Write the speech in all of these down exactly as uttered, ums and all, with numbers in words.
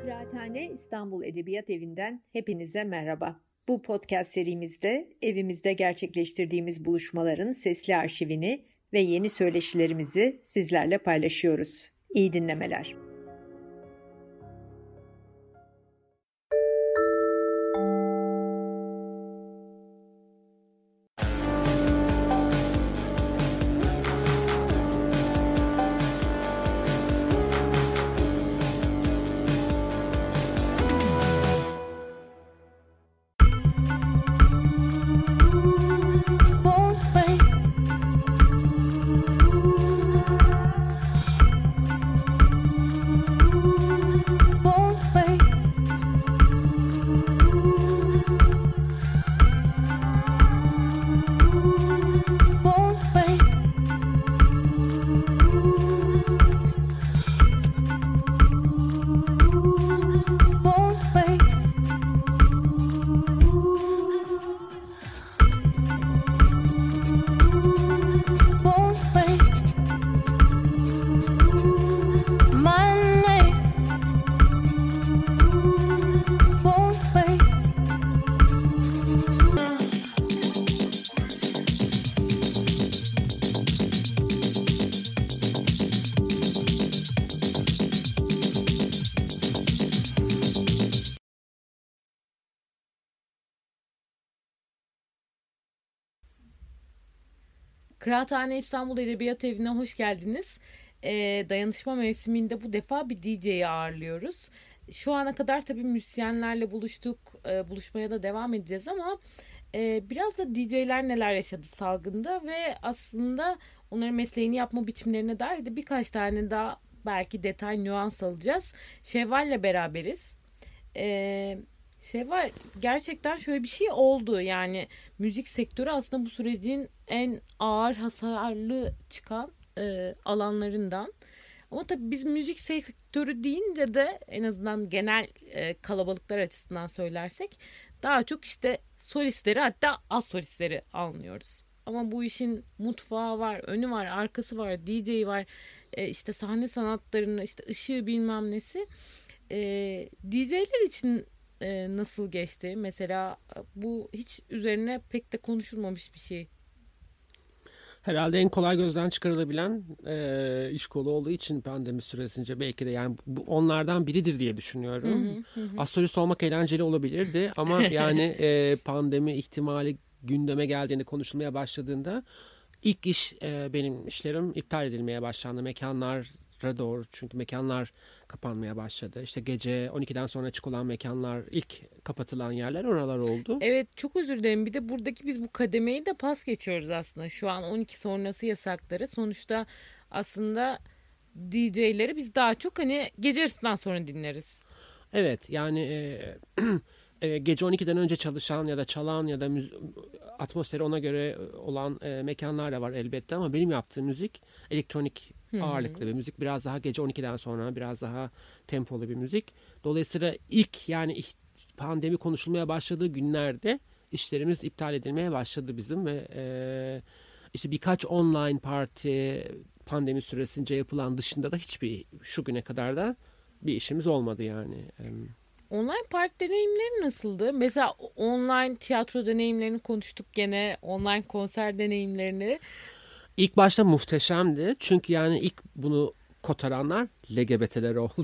Kıraathane İstanbul Edebiyat Evi'nden hepinize merhaba. Bu podcast serimizde evimizde gerçekleştirdiğimiz buluşmaların sesli arşivini ve yeni söyleşilerimizi sizlerle paylaşıyoruz. İyi dinlemeler. Kıraathane İstanbul Edebiyat Evi'ne hoş geldiniz. Ee, dayanışma mevsiminde bu defa bir D J'yi ağırlıyoruz. Şu ana kadar tabii müzisyenlerle buluştuk, e, buluşmaya da devam edeceğiz ama e, biraz da D J'ler neler yaşadı salgında ve aslında onların mesleğini yapma biçimlerine dair de birkaç tane daha belki detay, nüans alacağız. Şevval'le beraberiz. Eee Şevval, gerçekten şöyle bir şey oldu, yani müzik sektörü aslında bu sürecin en ağır hasarlı çıkan e, alanlarından. Ama tabii biz müzik sektörü deyince de en azından genel e, kalabalıklar açısından söylersek daha çok işte solistleri, hatta az solistleri anlıyoruz. Ama bu işin mutfağı var, önü var, arkası var, D J'yi var, e, işte sahne sanatlarını, işte ışığı bilmem nesi. E, D J'ler için e, nasıl geçti? Mesela bu hiç üzerine pek de konuşulmamış bir şey. Herhalde en kolay gözden çıkarılabilen e, iş kolu olduğu için pandemi süresince belki de yani bu onlardan biridir diye düşünüyorum. Hı hı, hı. Astrolist olmak eğlenceli olabilirdi ama yani e, pandemi ihtimali gündeme geldiğinde, konuşulmaya başladığında ilk iş e, benim işlerim iptal edilmeye başlandı. Mekanlara doğru, çünkü mekanlar kapanmaya başladı. İşte gece on ikiden sonra açık olan mekanlar, ilk kapatılan yerler oralar oldu. Evet, çok özür dilerim. Bir de buradaki biz bu kademeyi de pas geçiyoruz aslında. Şu an on iki sonrası yasakları. Sonuçta aslında D J'leri biz daha çok hani gece yarısından sonra dinleriz. Evet, yani e, e, gece on ikiden önce çalışan ya da çalan ya da müz- atmosferi ona göre olan e, mekanlar da var elbette, ama benim yaptığım müzik elektronik Hı hı. ağırlıklı bir müzik. Biraz daha gece on ikiden sonra biraz daha tempolu bir müzik. Dolayısıyla ilk, yani iht- pandemi konuşulmaya başladığı günlerde işlerimiz iptal edilmeye başladı bizim ve e, işte birkaç online parti pandemi süresince yapılan dışında da hiçbir, şu güne kadar da bir işimiz olmadı yani. Em, Online parti deneyimleri nasıldı? Mesela online tiyatro deneyimlerini konuştuk gene. Online konser deneyimlerini. İlk başta muhteşemdi. Çünkü yani ilk bunu kotaranlar L G B T'ler oldu.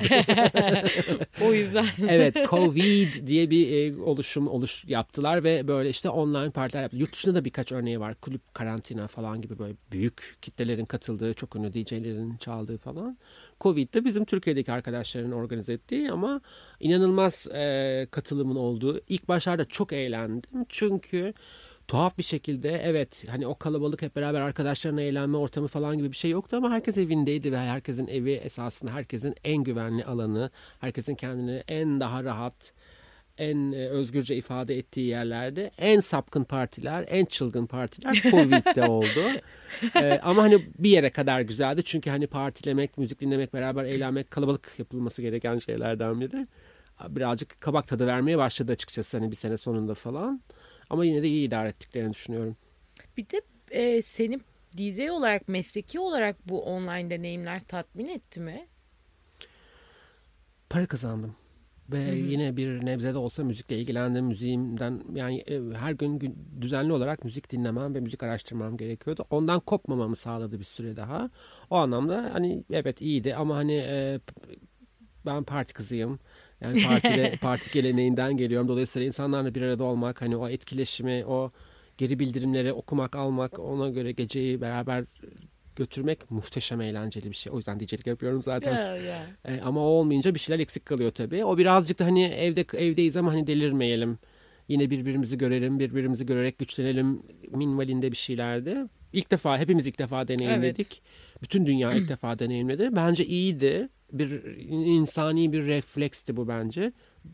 O yüzden. Evet, Covid diye bir e, oluşum oluş yaptılar ve böyle işte online partiler yaptılar. Yurt dışında da birkaç örneği var. Kulüp karantina falan gibi böyle büyük kitlelerin katıldığı, çok ünlü D J'lerin çaldığı falan. Covid'de bizim Türkiye'deki arkadaşların organize ettiği ama inanılmaz e, katılımın olduğu. İlk başlarda çok eğlendim. Çünkü tuhaf bir şekilde, evet, hani o kalabalık hep beraber arkadaşlarına eğlenme ortamı falan gibi bir şey yoktu ama herkes evindeydi ve herkesin evi esasında herkesin en güvenli alanı, herkesin kendini en daha rahat, en e, özgürce ifade ettiği yerlerde en sapkın partiler, en çılgın partiler Covid'de oldu. Ee, ama hani bir yere kadar güzeldi çünkü hani partilemek, müzik dinlemek, beraber eğlenmek, kalabalık yapılması gereken şeylerden biri. Birazcık kabak tadı vermeye başladı açıkçası hani bir sene sonunda falan. Ama yine de iyi idare ettiklerini düşünüyorum. Bir de e, seni D J olarak, mesleki olarak bu online deneyimler tatmin etti mi? Para kazandım. Ve Hı hı. yine bir nebze de olsa müzikle ilgilendim. Müziğimden yani e, her gün, gün düzenli olarak müzik dinlemem ve müzik araştırmam gerekiyordu. Ondan kopmamamı sağladı bir süre daha. O anlamda hani evet iyiydi ama hani e, ben parti kızıyım. Yani partide parti geleneğinden geliyorum. Dolayısıyla insanlarla bir arada olmak, hani o etkileşimi, o geri bildirimleri okumak, almak, ona göre geceyi beraber götürmek muhteşem eğlenceli bir şey. O yüzden D J'lik yapıyorum zaten. Ya, ya. E, ama o olmayınca bir şeyler eksik kalıyor tabii. O birazcık da hani evde evdeyiz ama hani delirmeyelim. Yine birbirimizi görelim, birbirimizi görerek güçlenelim minvalinde bir şeylerdi. İlk defa, hepimiz ilk defa deneyimledik. Evet. Bütün dünya ilk defa deneyimledi. Bence iyiydi. Bir insani bir refleksti bu bence.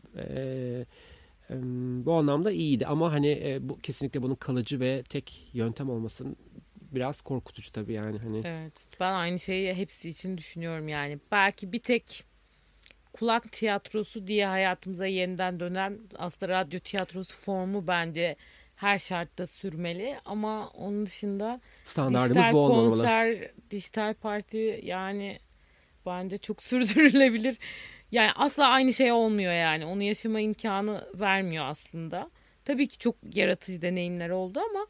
Ee, e, Bu anlamda iyiydi. Ama hani e, bu kesinlikle bunun kalıcı ve tek yöntem olmasının biraz korkutucu tabii yani hani. Evet. Ben aynı şeyi hepsi için düşünüyorum yani. Belki bir tek kulak tiyatrosu diye hayatımıza yeniden dönen aslında radyo tiyatrosu formu bence her şartta sürmeli. Ama onun dışında Standardımız dijital bu olmamalı. konser, dijital parti yani bence çok sürdürülebilir. Yani asla aynı şey olmuyor yani. Onu yaşama imkanı vermiyor aslında. Tabii ki çok yaratıcı deneyimler oldu ama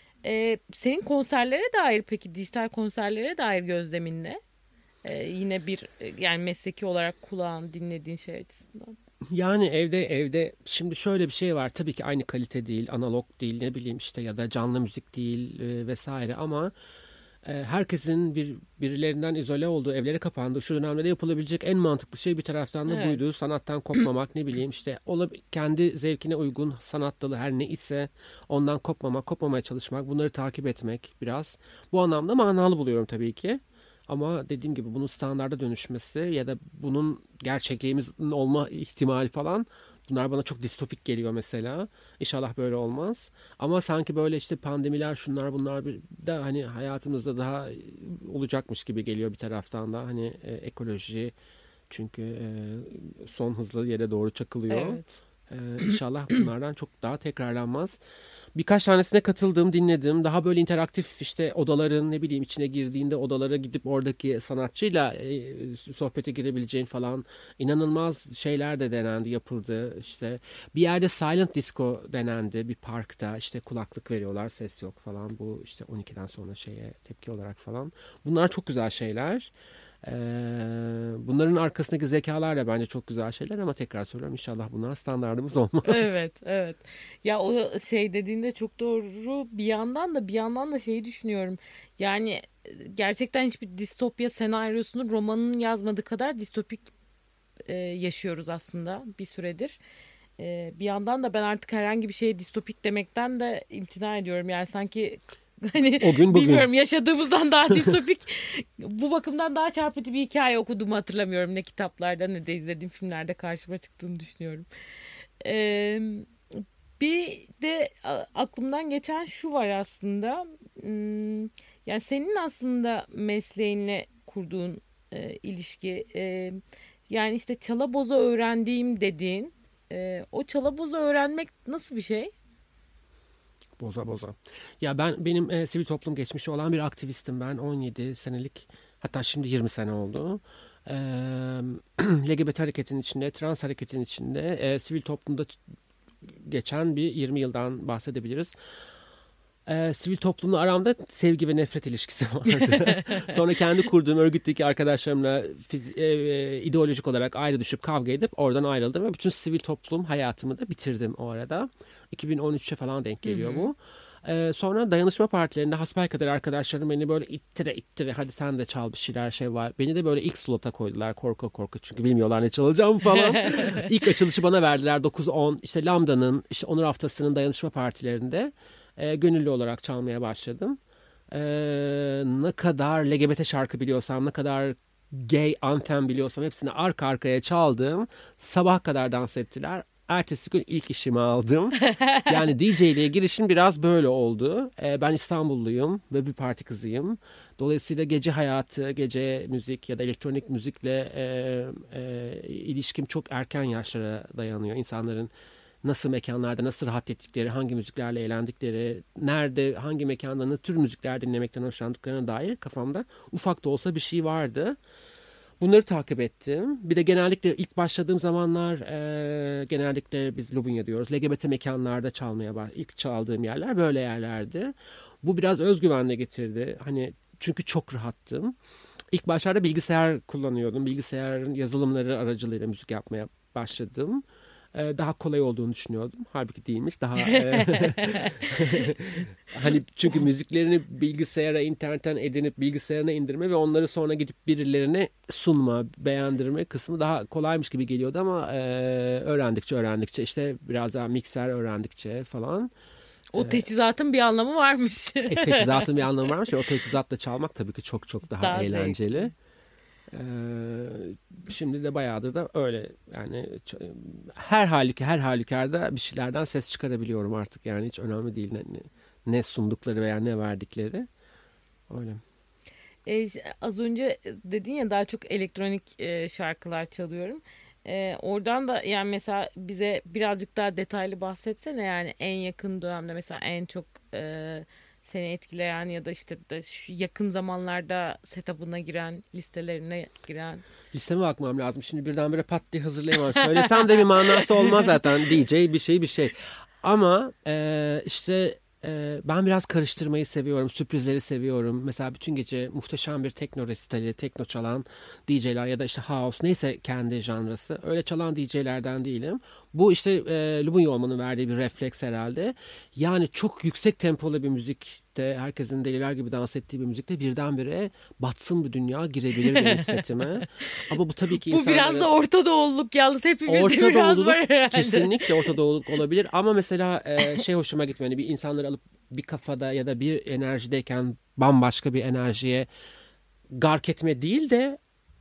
e, senin konserlere dair peki dijital konserlere dair gözlemin ne? E, yine bir e, yani mesleki olarak kulağın dinlediğin şey açısından. Yani evde evde şimdi şöyle bir şey var. Tabii ki aynı kalite değil, analog değil, ne bileyim işte ya da canlı müzik değil e, vesaire ama e, herkesin bir birilerinden izole olduğu, evlere kapandığı şu dönemde de yapılabilecek en mantıklı şey bir taraftan da buydu. Evet. Sanattan kopmamak, ne bileyim işte olab kendi zevkine uygun sanat dalı her ne ise ondan kopmamak, kopmamaya çalışmak, bunları takip etmek biraz. Bu anlamda manalı buluyorum tabii ki. Ama dediğim gibi bunun standarda dönüşmesi ya da bunun gerçekliğimizin olma ihtimali falan, bunlar bana çok distopik geliyor mesela. İnşallah böyle olmaz. Ama sanki böyle işte pandemiler şunlar bunlar bir de hani hayatımızda daha olacakmış gibi geliyor bir taraftan da. Hani e, ekoloji çünkü e, son hızla yere doğru çakılıyor. Evet. E, İnşallah bunlardan çok daha tekrarlanmaz. Birkaç tanesine katıldım, dinledim. Daha böyle interaktif işte odaların ne bileyim içine girdiğinde odalara gidip oradaki sanatçıyla e, sohbete girebileceğin falan inanılmaz şeyler de denendi, yapıldı. İşte bir yerde silent disco denendi bir parkta. İşte kulaklık veriyorlar, ses yok falan. Bu işte on ikiden sonra şeye tepki olarak falan. Bunlar çok güzel şeyler. Ee, Bunların arkasındaki zekalar da bence çok güzel şeyler ama tekrar söylüyorum inşallah bunlar standardımız olmaz. Evet, evet. Ya o şey dediğinde çok doğru. Bir yandan da bir yandan da şeyi düşünüyorum. Yani e, gerçekten hiçbir distopya senaryosunu romanın yazmadığı kadar distopik e, yaşıyoruz aslında bir süredir. E, bir yandan da ben artık herhangi bir şeye distopik demekten de imtina ediyorum. Yani sanki hani O gün bugün. bilmiyorum yaşadığımızdan daha distopik bu bakımdan daha çarpıcı bir hikaye okuduğumu hatırlamıyorum. Ne kitaplarda ne de izlediğim filmlerde karşıma çıktığını düşünüyorum. Ee, Bir de a- aklımdan geçen şu var aslında. Hmm, yani senin aslında mesleğinle kurduğun e, ilişki, e, yani işte çala boza öğrendiğim dediğin, e, o çala boza öğrenmek nasıl bir şey? Boza boza. Ya ben benim e, sivil toplum geçmişi olan bir aktivistim ben. on yedi senelik hatta şimdi yirmi sene oldu. E, L G B T hareketin içinde, trans hareketin içinde, e, sivil toplumda geçen bir yirmi yıldan bahsedebiliriz. Ee, sivil toplumla aramda sevgi ve nefret ilişkisi vardı. Sonra kendi kurduğum örgütteki arkadaşlarımla fiz- e, e, ideolojik olarak ayrı düşüp kavga edip oradan ayrıldım ve bütün sivil toplum hayatımı da bitirdim o arada. iki bin on üçe falan denk geliyor bu. Ee, sonra dayanışma partilerinde hasbelkader arkadaşlarım beni böyle ittire ittire hadi sen de çal bir şeyler şey var. Beni de böyle ilk slota koydular korku korku çünkü bilmiyorlar ne çalacağım falan. İlk açılışı bana verdiler dokuz on işte Lambda'nın işte Onur Haftası'nın dayanışma partilerinde e, gönüllü olarak çalmaya başladım. E, Ne kadar L G B T şarkı biliyorsam ne kadar gay anthem biliyorsam hepsini arka arkaya çaldım. Sabah kadar dans ettiler. Ertesi gün ilk işimi aldım. Yani D J'liğe girişim biraz böyle oldu. Ee, ben İstanbulluyum ve bir parti kızıyım. Dolayısıyla gece hayatı, gece müzik ya da elektronik müzikle e, e, ilişkim çok erken yaşlara dayanıyor. İnsanların nasıl mekanlarda, nasıl rahat ettikleri, hangi müziklerle eğlendikleri, nerede, hangi mekanda, ne tür müzikler dinlemekten hoşlandıklarına dair kafamda ufak da olsa bir şey vardı. Bunları takip ettim. Bir de genellikle ilk başladığım zamanlar e, genellikle biz Lubunya diyoruz. L G B T mekanlarda çalmaya baş. İlk çaldığım yerler böyle yerlerdi. Bu biraz özgüvenle getirdi. Hani çünkü çok rahattım. İlk başlarda bilgisayar kullanıyordum. Bilgisayarın yazılımları aracılığıyla müzik yapmaya başladım. Ee, daha kolay olduğunu düşünüyordum. Halbuki değilmiş. Daha e, hani çünkü müziklerini bilgisayara, internetten edinip bilgisayarına indirme ve onları sonra gidip birilerine sunma, beğendirme kısmı daha kolaymış gibi geliyordu ama e, öğrendikçe öğrendikçe işte biraz daha mikser öğrendikçe falan. O teçhizatın bir anlamı varmış. E, teçhizatın bir anlamı varmış ve o teçhizatla çalmak tabii ki çok çok daha, Daha eğlenceli. zevkli. Ee, şimdi de bayağıdır da öyle yani ç- her halükarda her halükarda bir şeylerden ses çıkarabiliyorum artık yani hiç önemli değil ne, ne ne sundukları veya ne verdikleri öyle. E, az önce dedin ya daha çok elektronik e, şarkılar çalıyorum. E, oradan da yani mesela bize birazcık daha detaylı bahsetsene yani en yakın dönemde mesela en çok e, seni etkileyen ya da işte de şu yakın zamanlarda setup'ına giren, listelerine giren. Listeme bakmam lazım şimdi birdenbire pat diye hazırlayamam söylesem de bir manası olmaz zaten D J bir şey bir şey ama e, işte e, ben biraz karıştırmayı seviyorum sürprizleri seviyorum mesela bütün gece muhteşem bir tekno resitali tekno çalan D J'ler ya da işte house neyse kendi janrası öyle çalan D J'lerden değilim bu işte e, Lubunya olmanın verdiği bir refleks herhalde yani çok yüksek tempolu bir müzikte herkesin deliler gibi dans ettiği bir müzikte birdenbire batsın bir dünya girebilir benim setime ama bu tabii ki Bu insanların... biraz da Orta Doğuluk yalnız hepimizde Orta biraz Doğululuk var herhalde. kesinlikle Orta Doğululuk olabilir ama mesela e, şey hoşuma gitmiyor. Yani bir insanları alıp bir kafada ya da bir enerjideyken bambaşka bir enerjiye gark etme değil de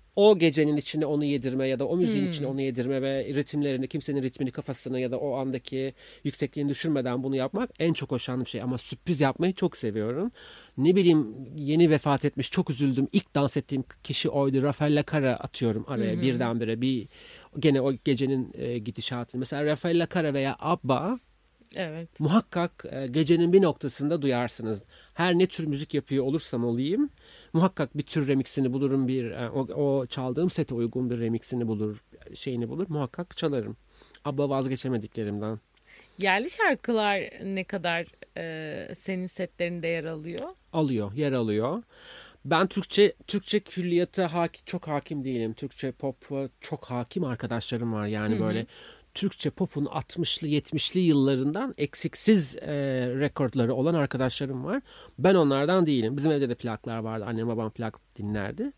o gecenin içinde onu yedirme ya da o müziğin Hmm. içinde onu yedirme ve ritimlerini kimsenin ritmini kafasına ya da o andaki yüksekliğini düşürmeden bunu yapmak en çok hoşlandığım şey ama sürpriz yapmayı çok seviyorum. Ne bileyim yeni vefat etmiş çok üzüldüm. İlk dans ettiğim kişi oydu. Rafael Carrà atıyorum araya Hı hı. birdenbire bir gene o gecenin e, gidişatını. Mesela Rafael Carrà veya ABBA Evet. muhakkak e, gecenin bir noktasında duyarsınız. Her ne tür müzik yapıyor olursam olayım muhakkak bir tür remixini bulurum bir e, o, o çaldığım sete uygun bir remixini bulur şeyini bulur muhakkak çalarım. ABBA vazgeçemediklerimden. Yerli şarkılar ne kadar e, senin setlerinde yer alıyor? Alıyor, yer alıyor. Ben Türkçe Türkçe külliyata haki, çok hakim değilim. Türkçe pop'a çok hakim arkadaşlarım var. Yani Hı böyle hı. Türkçe pop'un altmışlı yetmişli yıllarından eksiksiz e, rekordları olan arkadaşlarım var. Ben onlardan değilim. Bizim evde de plaklar vardı. Annem babam plak dinlerdi.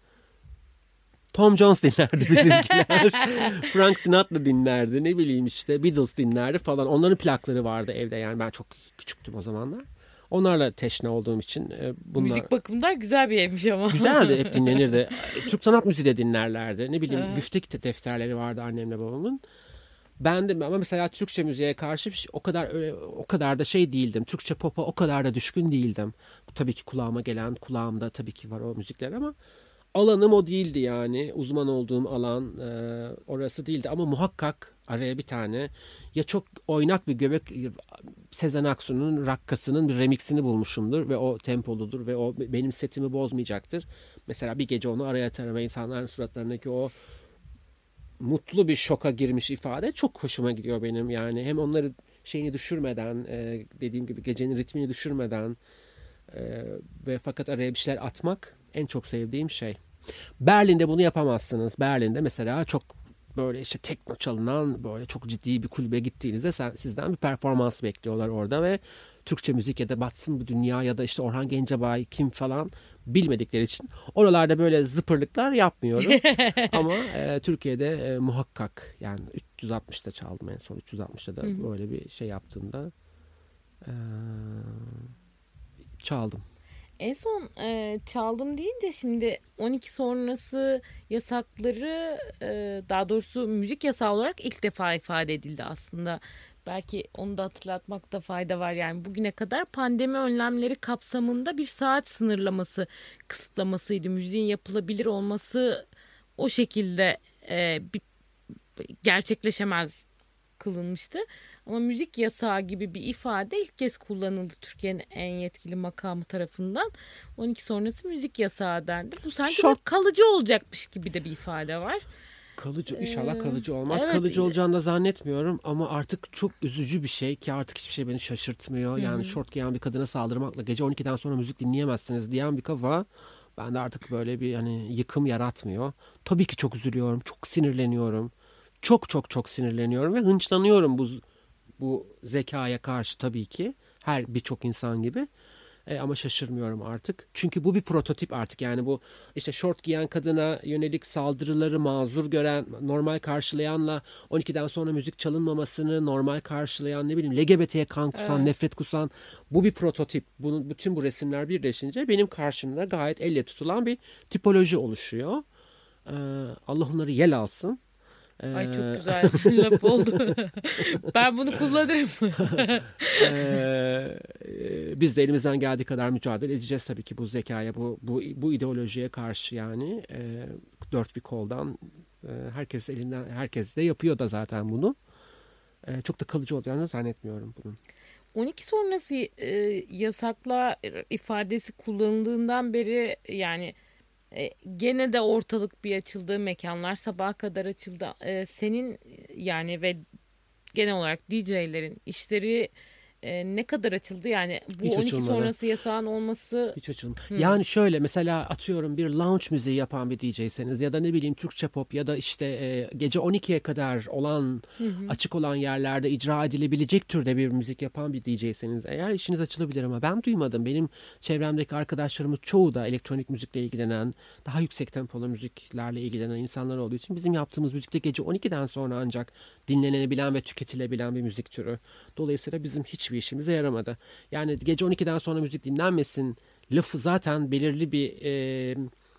Tom Jones dinlerdi bizimkiler. Frank Sinatra dinlerdi. Ne bileyim işte Beatles dinlerdi falan. Onların plakları vardı evde. Yani ben çok küçüktüm o zamanlar. Onlarla teşne olduğum için e, bunlar... Müzik bakımından güzel bir evmiş ama. Güzeldi, hep dinlenirdi. Türk sanat müziği de dinlerlerdi. Ne bileyim Evet. güfteki defterleri vardı annemle babamın. Ben de ama mesela Türkçe müziğe karşı bir şey- o kadar öyle, o kadar da şey değildim. Türkçe pop'a o kadar da düşkün değildim. Tabii ki kulağıma gelen, kulağımda tabii ki var o müzikler ama alanım o değildi yani. Uzman olduğum alan e, orası değildi ama muhakkak araya bir tane ya çok oynak bir göbek Sezen Aksu'nun Rakkası'nın bir remixini bulmuşumdur ve o tempoludur ve o benim setimi bozmayacaktır. Mesela bir gece onu araya atarım ve insanların suratlarındaki o mutlu bir şoka girmiş ifade çok hoşuma gidiyor benim yani. Hem onları şeyini düşürmeden e, dediğim gibi gecenin ritmini düşürmeden e, ve fakat araya bir şeyler atmak en çok sevdiğim şey. Berlin'de bunu yapamazsınız. Berlin'de mesela çok böyle işte tekno çalınan böyle çok ciddi bir kulübe gittiğinizde sen, sizden bir performans bekliyorlar orada ve Türkçe müzik ya da Batsın Bu Dünya ya da işte Orhan Gencebay kim falan bilmedikleri için oralarda böyle zıpırlıklar yapmıyorum. Ama e, Türkiye'de e, muhakkak yani üç yüz altmışta çaldım en son üç yüz altmışta da Hı hı. böyle bir şey yaptığımda e, çaldım. En son e, çaldım deyince şimdi on iki sonrası yasakları e, daha doğrusu müzik yasağı olarak ilk defa ifade edildi aslında. Belki onu da hatırlatmakta fayda var. Yani bugüne kadar pandemi önlemleri kapsamında bir saat sınırlaması, kısıtlamasıydı. Müziğin yapılabilir olması o şekilde e, bir, gerçekleşemez kılınmıştı. Ama müzik yasağı gibi bir ifade ilk kez kullanıldı Türkiye'nin en yetkili makamı tarafından. on iki sonrası müzik yasağı dendi. Bu sanki Şok. böyle kalıcı olacakmış gibi de bir ifade var. Kalıcı inşallah kalıcı olmaz. evet. Kalıcı olacağını da zannetmiyorum ama artık çok üzücü bir şey ki artık hiçbir şey beni şaşırtmıyor. Hı-hı. Yani şort giyen bir kadına saldırmakla gece on ikiden sonra müzik dinleyemezsiniz diyen bir kafa bende artık böyle bir hani yıkım yaratmıyor. Tabii ki çok üzülüyorum, çok sinirleniyorum. Çok çok çok sinirleniyorum ve hınçlanıyorum bu bu zekaya karşı tabii ki. Her birçok insan gibi. E, ama şaşırmıyorum artık. Çünkü bu bir prototip artık. Yani bu işte şort giyen kadına yönelik saldırıları mazur gören, normal karşılayanla on ikiden sonra müzik çalınmamasını normal karşılayan, ne bileyim L G B T'ye kan kusan, evet. nefret kusan, bu bir prototip. Bunun, bütün bu resimler birleşince benim karşımda gayet elle tutulan bir tipoloji oluşuyor. Ee, Allah onları yel alsın. Ay çok güzel laf oldu. Ben bunu kullanırım. ee, biz de elimizden geldiği kadar mücadele edeceğiz tabii ki bu zekaya, bu bu, bu ideolojiye karşı yani. E, dört bir koldan e, herkes elinden, herkes de yapıyor da zaten bunu. E, çok da kalıcı olacağını zannetmiyorum bunun. on iki sonrası e, yasakla ifadesi kullanıldığından beri yani E, gene de ortalık bir açıldı, mekanlar sabaha kadar açıldı. E, senin yani ve genel olarak D J'lerin işleri e, ne kadar açıldı? Yani bu Hiç on iki açılmadı. sonrası yasağın olması... Hiç açılmadı. Hmm. Yani şöyle mesela atıyorum bir lounge müziği yapan bir D J'seniz ya da ne bileyim Türkçe pop ya da işte e, gece on ikiye kadar olan hı hı. açık olan yerlerde icra edilebilecek türde bir müzik yapan bir D J'seniz eğer işiniz açılabilir ama ben duymadım. Benim çevremdeki arkadaşlarımız çoğu da elektronik müzikle ilgilenen, daha yüksek tempolu müziklerle ilgilenen insanlar olduğu için bizim yaptığımız müzikte gece on ikiden sonra ancak dinlenebilen ve tüketilebilen bir müzik türü. Dolayısıyla bizim hiçbir işimize yaramadı. Yani gece on ikiden sonra müzik dinlenmesin lafı zaten belirli bir e,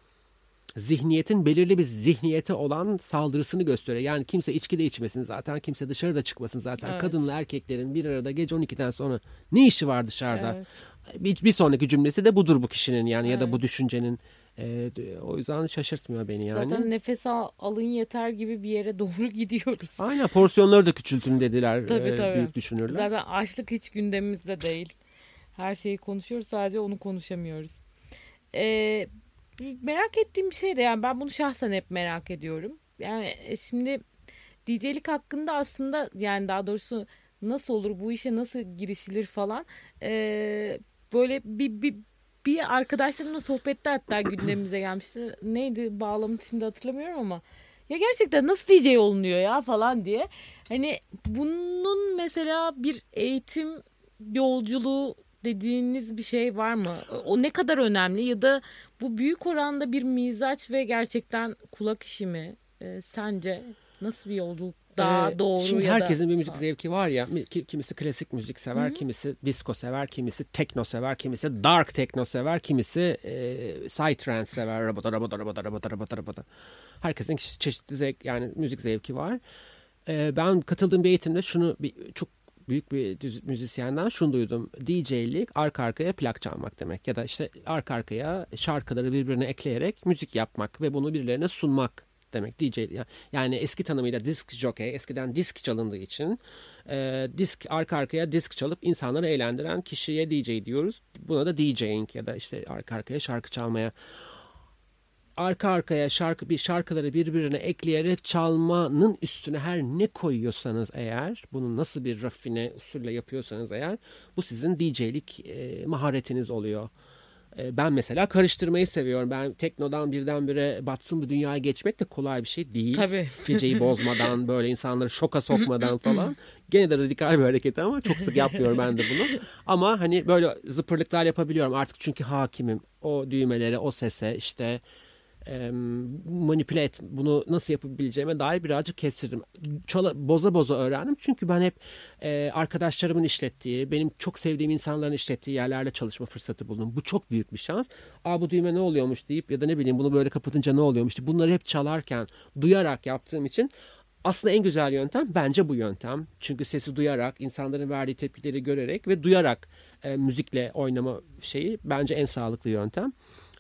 zihniyetin belirli bir zihniyete olan saldırısını gösteriyor. Yani kimse içki de içmesin zaten, kimse dışarıda çıkmasın zaten. Evet. Kadınla erkeklerin bir arada gece on ikiden sonra ne işi var dışarıda? Evet. Bir, bir sonraki cümlesi de budur bu kişinin yani evet. ya da bu düşüncenin. E, o yüzden şaşırtmıyor beni yani. Zaten nefes al, alın yeter gibi bir yere doğru gidiyoruz. Aynen, porsiyonları da küçültün dediler tabii, tabii. E, büyük düşünürler. Zaten açlık hiç gündemimizde değil. Her şeyi konuşuyoruz, sadece onu konuşamıyoruz. Ee, merak ettiğim bir şey de yani ben bunu şahsen hep merak ediyorum. Yani şimdi D J'lik hakkında aslında yani daha doğrusu nasıl olur, bu işe nasıl girişilir falan. Ee, böyle bir, bir bir arkadaşlarımla sohbette hatta gündemimize gelmişti. Neydi bağlamını şimdi hatırlamıyorum ama ya gerçekten nasıl D J olunuyor ya falan diye. Hani bunun mesela bir eğitim yolculuğu dediğiniz bir şey var mı? O ne kadar önemli ya da bu büyük oranda bir mizaç ve gerçekten kulak işi mi? E, sence nasıl bir yolculuk daha ee, doğru şimdi ya herkesin da... bir müzik zevki var ya. Kimisi klasik müzik sever, Hı-hı. kimisi disco sever, kimisi tekno sever, kimisi dark tekno sever, kimisi e, psytrance sever. Rabada rabada rabada rabada rabada rabada. Herkesin çeşitli zevk, yani müzik zevki var. E, ben katıldığım bir eğitimde şunu bir, çok büyük bir müzisyenden şunu duydum. D J'lik arka arkaya plak çalmak demek. Ya da işte arka arkaya şarkıları birbirine ekleyerek müzik yapmak ve bunu birilerine sunmak demek. D J yani eski tanımıyla disk jockey, eskiden disk çalındığı için e, disk arka arkaya disk çalıp insanları eğlendiren kişiye D J diyoruz. Buna da DJing ya da işte arka arkaya şarkı çalmaya. Arka arkaya şarkı bir şarkıları birbirine ekleyerek çalmanın üstüne her ne koyuyorsanız eğer, bunu nasıl bir rafine usulle yapıyorsanız eğer, bu sizin D J'lik e, maharetiniz oluyor. E, ben mesela karıştırmayı seviyorum. Ben teknodan birdenbire batsın bir dünyaya geçmek de kolay bir şey değil. Tabii. Geceyi bozmadan, böyle insanları şoka sokmadan falan. Gene de radikal bir hareket ama çok sık yapmıyorum ben de bunu. Ama hani böyle zıpırlıklar yapabiliyorum artık çünkü hakimim. O düğmelere, o sese işte E, manipüle et, bunu nasıl yapabileceğime dair birazcık kestirdim. Çala, boza boza öğrendim. Çünkü ben hep e, arkadaşlarımın işlettiği, benim çok sevdiğim insanların işlettiği yerlerde çalışma fırsatı buldum. Bu çok büyük bir şans. Aa bu düğme ne oluyormuş deyip ya da ne bileyim bunu böyle kapatınca ne oluyormuş deyip bunları hep çalarken, duyarak yaptığım için aslında en güzel yöntem bence bu yöntem. Çünkü sesi duyarak, insanların verdiği tepkileri görerek ve duyarak e, müzikle oynama şeyi bence en sağlıklı yöntem.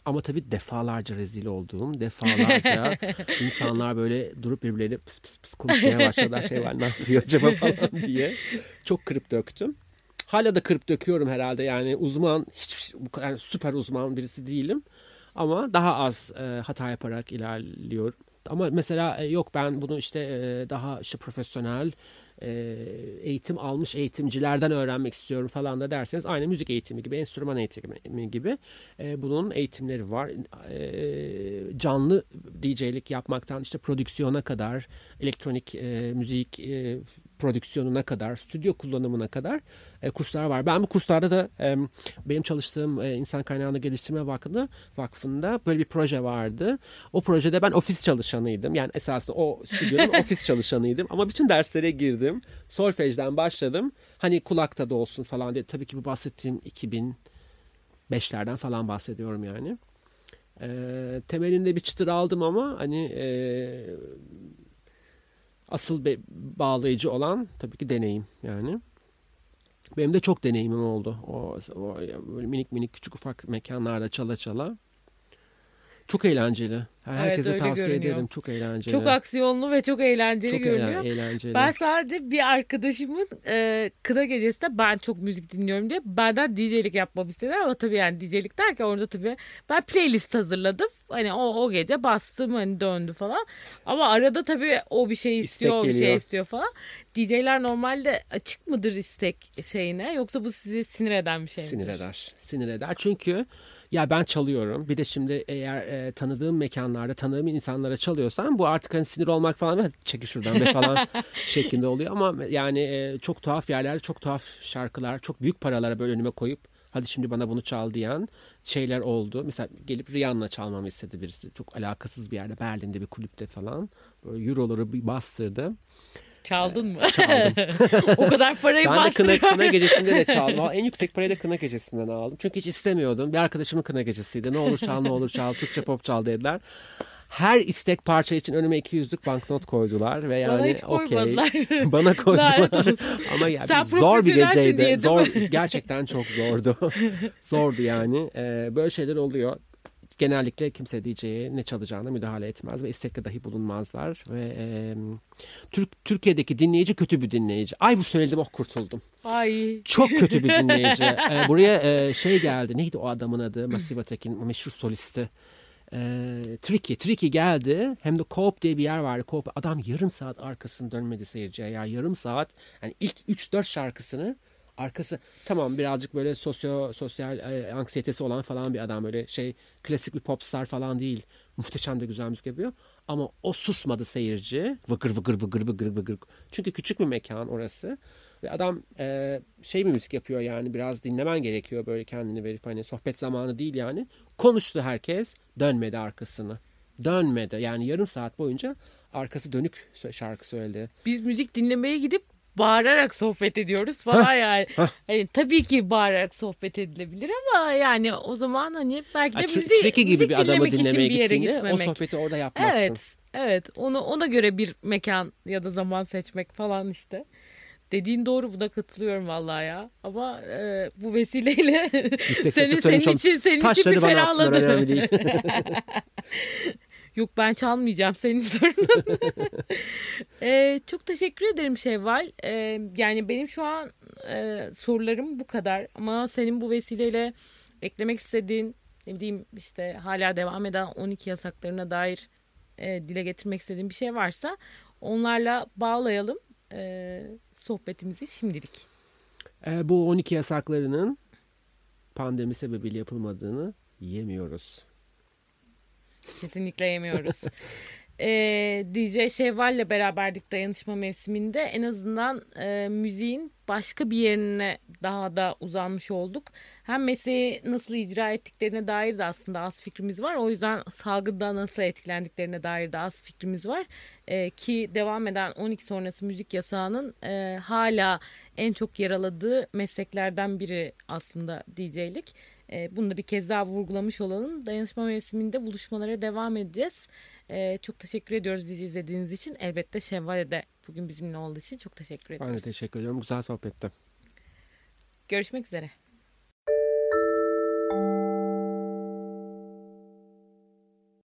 Ama tabii defalarca rezil olduğum, defalarca insanlar böyle durup birbirleriyle pıs pıs pıs konuşmaya başladılar. Şey var, ne yapıyor acaba falan diye. Çok kırıp döktüm. Hala da kırıp döküyorum herhalde. Yani uzman, hiç bu kadar süper uzman birisi değilim. Ama daha az e, hata yaparak ilerliyorum. Ama mesela e, yok ben bunu işte e, daha işte profesyonel e, eğitim almış eğitimcilerden öğrenmek istiyorum falan da derseniz aynı müzik eğitimi gibi, enstrüman eğitimi gibi e, bunun eğitimleri var. E, canlı D J'lik yapmaktan işte prodüksiyona kadar, elektronik e, müzik e, prodüksiyonuna kadar, stüdyo kullanımına kadar e, kurslar var. Ben bu kurslarda da e, benim çalıştığım e, İnsan Kaynağını Geliştirme Vakfı'nda, Vakfı'nda böyle bir proje vardı. O projede ben ofis çalışanıydım. Yani esasında o stüdyonun ofis çalışanıydım. Ama bütün derslere girdim. Solfejden başladım. Hani kulakta da olsun falan diye. Tabii ki bu bahsettiğim iki bin beşlerden falan bahsediyorum yani. E, temelinde bir çıtır aldım ama hani e, asıl be- bağlayıcı olan tabii ki deneyim yani. Benim de çok deneyimim oldu. O, o böyle minik minik küçük ufak mekanlarda çala çala. Çok eğlenceli. Herkese Evet, öyle tavsiye görünüyor. ederim. Çok eğlenceli. Çok aksiyonlu ve çok eğlenceli Çok görünüyor. eğlenceli. Ben sadece bir arkadaşımın e, kına gecesinde ben çok müzik dinliyorum diye benden D J'lik yapmamı istediler ama tabii yani D J'lik derken orada tabii ben playlist hazırladım. Hani o o gece bastım hani döndü falan. Ama arada tabii o bir şey istiyor, İstek o bir şey geliyor. istiyor falan. D J'ler normalde açık mıdır istek şeyine yoksa bu sizi sinir eden bir şey midir? Sinir eder. Sinir eder. Çünkü ya ben çalıyorum. Bir de şimdi eğer e, tanıdığım mekanlarda, tanıdığım insanlara çalıyorsam bu artık hani sinir olmak falan ve çekil şuradan be falan şeklinde oluyor. Ama yani e, çok tuhaf yerlerde çok tuhaf şarkılar, çok büyük paralara böyle önüme koyup hadi şimdi bana bunu çal diyen şeyler oldu. Mesela gelip Rihanna çalmamı istedi birisi. Çok alakasız bir yerde, Berlin'de bir kulüpte falan. Böyle euroları bir bastırdı. Çaldın mı? Çaldım. O kadar parayı Ben de kına, bastırıyor. kına gecesinde de çaldım. En yüksek parayı da kına gecesinden aldım. Çünkü hiç istemiyordum. Bir arkadaşımın kına gecesiydi. Ne olur çal, ne olur çal. Türkçe pop çal dediler. Her istek parça için önüme iki yüzlük banknot koydular. Ve Bana yani hiç okey. koymadılar. Bana Lanet koydular. olsun. Ama ya Sen zor bir profesyonelsin diye, geceydi. değil Zor, mi? gerçekten çok zordu. Zordu yani. Ee, böyle şeyler oluyor. Genellikle kimse D J'ye ne çalacağına müdahale etmez ve istekte dahi bulunmazlar. Ve e, Türk Türkiye'deki dinleyici kötü bir dinleyici. Ay bu söyledim, oh kurtuldum. Ay. Çok kötü bir dinleyici. Ee, buraya e, şey geldi. Neydi o adamın adı? Masiva Tekin, meşhur solisti. Ee, Tricky. Tricky geldi. Hem de Coop diye bir yer vardı. Coop. Adam yarım saat arkasını dönmedi seyirciye. Ya yarım saat. Yani ilk üç dört şarkısını arkası tamam birazcık böyle sosyo sosyal e, anksiyetesi olan falan bir adam, böyle şey klasik bir popstar falan değil. Muhteşem de güzel müzik yapıyor. Ama o susmadı seyirci. Vıgır vıgır vıgır vıgır vıgır. Çünkü küçük bir mekan orası. Ve adam e, şey bir müzik yapıyor yani, biraz dinlemen gerekiyor böyle kendini verip, hani sohbet zamanı değil yani. Konuştu herkes, dönmedi arkasını. Dönmedi yani, yarım saat boyunca arkası dönük şarkı söyledi. Biz müzik dinlemeye gidip bağırarak sohbet ediyoruz falan yani. Hani tabii ki bağırarak sohbet edilebilir ama yani o zaman hani belki de Ya, müzik, Tricky gibi müzik bir adamı dinlemek için dinlemeye bir yere gittiğinde gitmemek. o sohbeti orada yapmazsın. Evet. Evet. Onu ona göre bir mekan ya da zaman seçmek falan işte. Dediğin doğru, buna katılıyorum vallahi ya. Ama e, bu vesileyle Yüksek senin sesle senin söylemiş oldum. için senin için Taşları bir bana atsınlar, ferahladı. önemli değil. Yok, ben çalmayacağım, senin sorunun. Ee, çok teşekkür ederim Şevval. Ee, yani benim şu an e, sorularım bu kadar. Ama senin bu vesileyle eklemek istediğin, ne bileyim işte hala devam eden on iki yasaklarına dair e, dile getirmek istediğin bir şey varsa onlarla bağlayalım e, sohbetimizi şimdilik. E, bu on iki yasaklarının pandemi sebebiyle yapılmadığını yemiyoruz. Kesinlikle yemiyoruz. Ee, D J Şevval'le beraberdik dayanışma mevsiminde. En azından e, müziğin başka bir yerine daha da uzanmış olduk. Hem mesleği nasıl icra ettiklerine dair de aslında az fikrimiz var. O yüzden salgından nasıl etkilendiklerine dair de az fikrimiz var. Ee, ki devam eden on iki sonrası müzik yasağının e, hala en çok yaraladığı mesleklerden biri aslında D J'lik. Bunu da bir kez daha vurgulamış olalım. Dayanışma mevsiminde buluşmalara devam edeceğiz. Ee, çok teşekkür ediyoruz bizi izlediğiniz için. Elbette Şevval'e de bugün bizimle olduğu için çok teşekkür ediyoruz. Ben de teşekkür ediyorum. Güzel sohbetti. Görüşmek üzere.